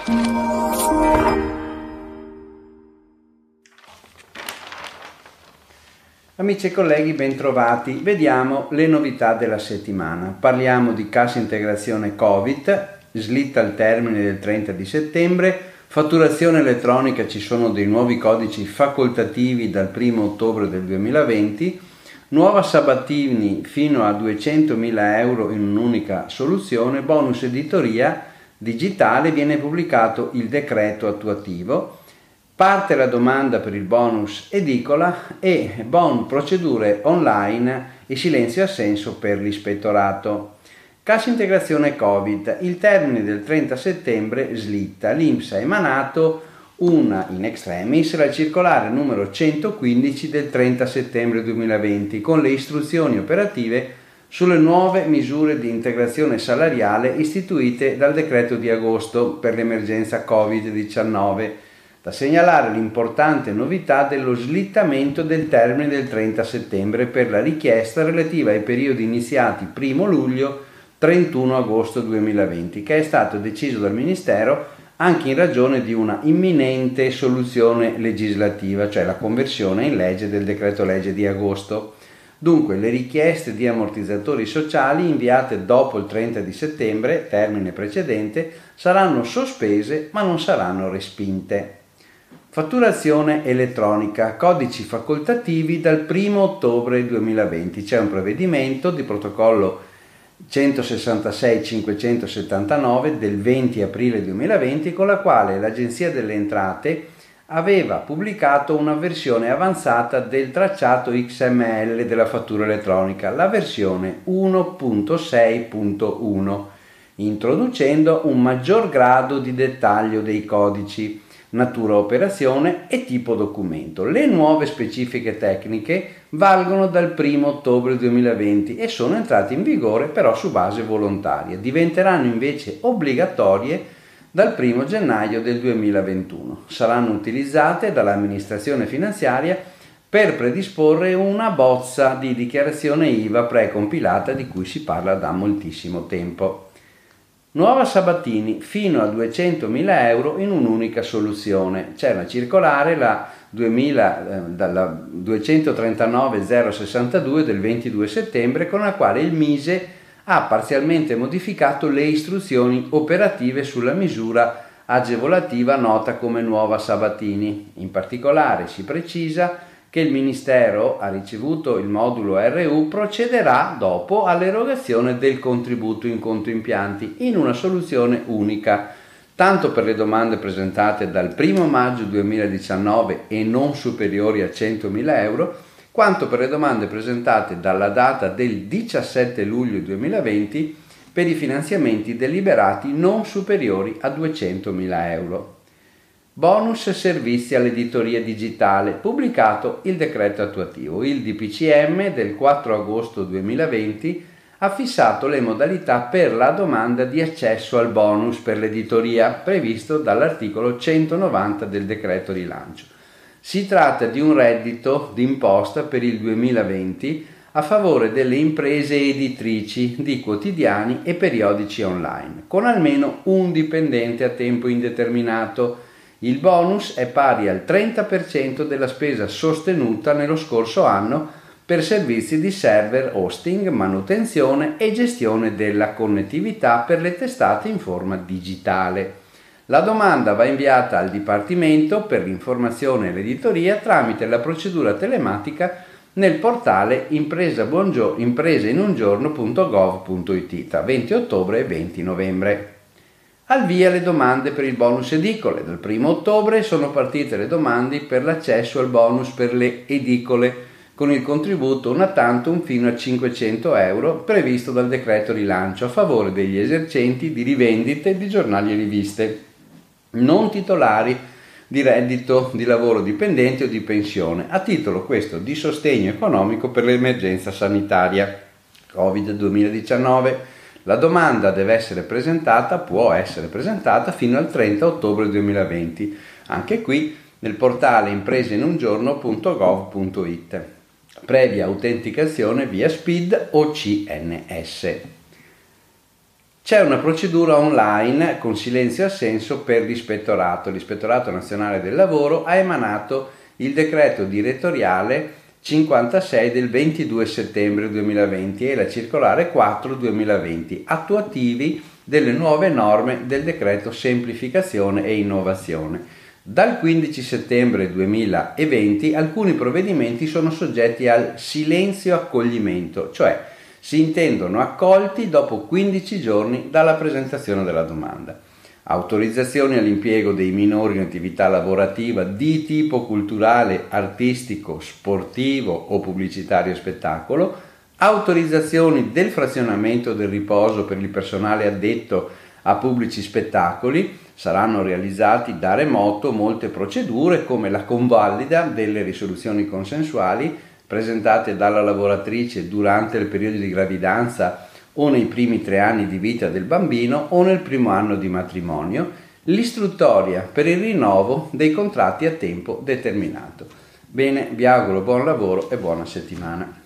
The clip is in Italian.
Amici e colleghi, bentrovati. Vediamo le novità della settimana. Parliamo di cassa integrazione Covid, slitta al termine del 30 di settembre, fatturazione elettronica, ci sono dei nuovi codici facoltativi dal 1 ottobre del 2020, nuova Sabatini fino a 200.000 euro in un'unica soluzione, bonus editoria digitale, viene pubblicato il decreto attuativo. Parte la domanda per il bonus edicola e procedure online e silenzio assenso per l'ispettorato. Cassa integrazione Covid, il termine del 30 settembre slitta. L'INPS ha emanato una in extremis la circolare numero 115 del 30 settembre 2020 con le istruzioni operative sulle nuove misure di integrazione salariale istituite dal decreto di agosto per l'emergenza Covid-19. Da segnalare l'importante novità dello slittamento del termine del 30 settembre per la richiesta relativa ai periodi iniziati 1 luglio-31 agosto 2020, che è stato deciso dal Ministero anche in ragione di una imminente soluzione legislativa, cioè la conversione in legge del decreto legge di agosto. Dunque le richieste di ammortizzatori sociali inviate dopo il 30 di settembre, termine precedente, saranno sospese ma non saranno respinte. Fatturazione elettronica, codici facoltativi dal 1 ottobre 2020. C'è un provvedimento di protocollo 166-579 del 20 aprile 2020 con la quale l'Agenzia delle Entrate aveva pubblicato una versione avanzata del tracciato XML della fattura elettronica, la versione 1.6.1, introducendo un maggior grado di dettaglio dei codici, natura operazione e tipo documento. Le nuove specifiche tecniche valgono dal 1 ottobre 2020 e sono entrate in vigore però su base volontaria. Diventeranno invece obbligatorie dal 1 gennaio del 2021. Saranno utilizzate dall'amministrazione finanziaria per predisporre una bozza di dichiarazione IVA precompilata di cui si parla da moltissimo tempo. Nuova Sabatini fino a 200.000 euro in un'unica soluzione. C'è una circolare, la 239.062 del 22 settembre, con la quale il Mise ha parzialmente modificato le istruzioni operative sulla misura agevolativa nota come Nuova Sabatini. In particolare si precisa che il Ministero ha ricevuto il modulo RU, procederà dopo all'erogazione del contributo in conto impianti in una soluzione unica, tanto per le domande presentate dal 1 maggio 2019 e non superiori a 100.000 euro, quanto per le domande presentate dalla data del 17 luglio 2020 per i finanziamenti deliberati non superiori a 200.000 euro. Bonus servizi all'editoria digitale, pubblicato il decreto attuativo. Il DPCM del 4 agosto 2020 ha fissato le modalità per la domanda di accesso al bonus per l'editoria, previsto dall'articolo 190 del decreto rilancio. Si tratta di un reddito d'imposta per il 2020 a favore delle imprese editrici di quotidiani e periodici online, con almeno un dipendente a tempo indeterminato. Il bonus è pari al 30% della spesa sostenuta nello scorso anno per servizi di server, hosting, manutenzione e gestione della connettività per le testate in forma digitale. La domanda va inviata al Dipartimento per l'informazione e l'editoria tramite la procedura telematica nel portale impreseinungiorno.gov.it tra 20 ottobre e 20 novembre. Al via le domande per il bonus edicole. Dal 1 ottobre sono partite le domande per l'accesso al bonus per le edicole con il contributo una tantum fino a 500 euro previsto dal decreto rilancio a favore degli esercenti di rivendite di giornali e riviste non titolari di reddito di lavoro dipendente o di pensione, a titolo questo di sostegno economico per l'emergenza sanitaria Covid-2019. La domanda può essere presentata fino al 30 ottobre 2020, anche qui nel portale impreseinungiorno.gov.it, previa autenticazione via SPID o CNS. C'è una procedura online con silenzio assenso per l'ispettorato. L'Ispettorato Nazionale del Lavoro ha emanato il decreto direttoriale 56 del 22 settembre 2020 e la circolare 4 2020, attuativi delle nuove norme del decreto semplificazione e innovazione. Dal 15 settembre 2020 alcuni provvedimenti sono soggetti al silenzio accoglimento, cioè si intendono accolti dopo 15 giorni dalla presentazione della domanda. Autorizzazioni all'impiego dei minori in attività lavorativa di tipo culturale, artistico, sportivo o pubblicitario spettacolo, autorizzazioni del frazionamento del riposo per il personale addetto a pubblici spettacoli. Saranno realizzati da remoto molte procedure come la convalida delle risoluzioni consensuali presentate dalla lavoratrice durante il periodo di gravidanza o nei primi 3 anni di vita del bambino o nel primo anno di matrimonio, l'istruttoria per il rinnovo dei contratti a tempo determinato. Bene, vi auguro buon lavoro e buona settimana.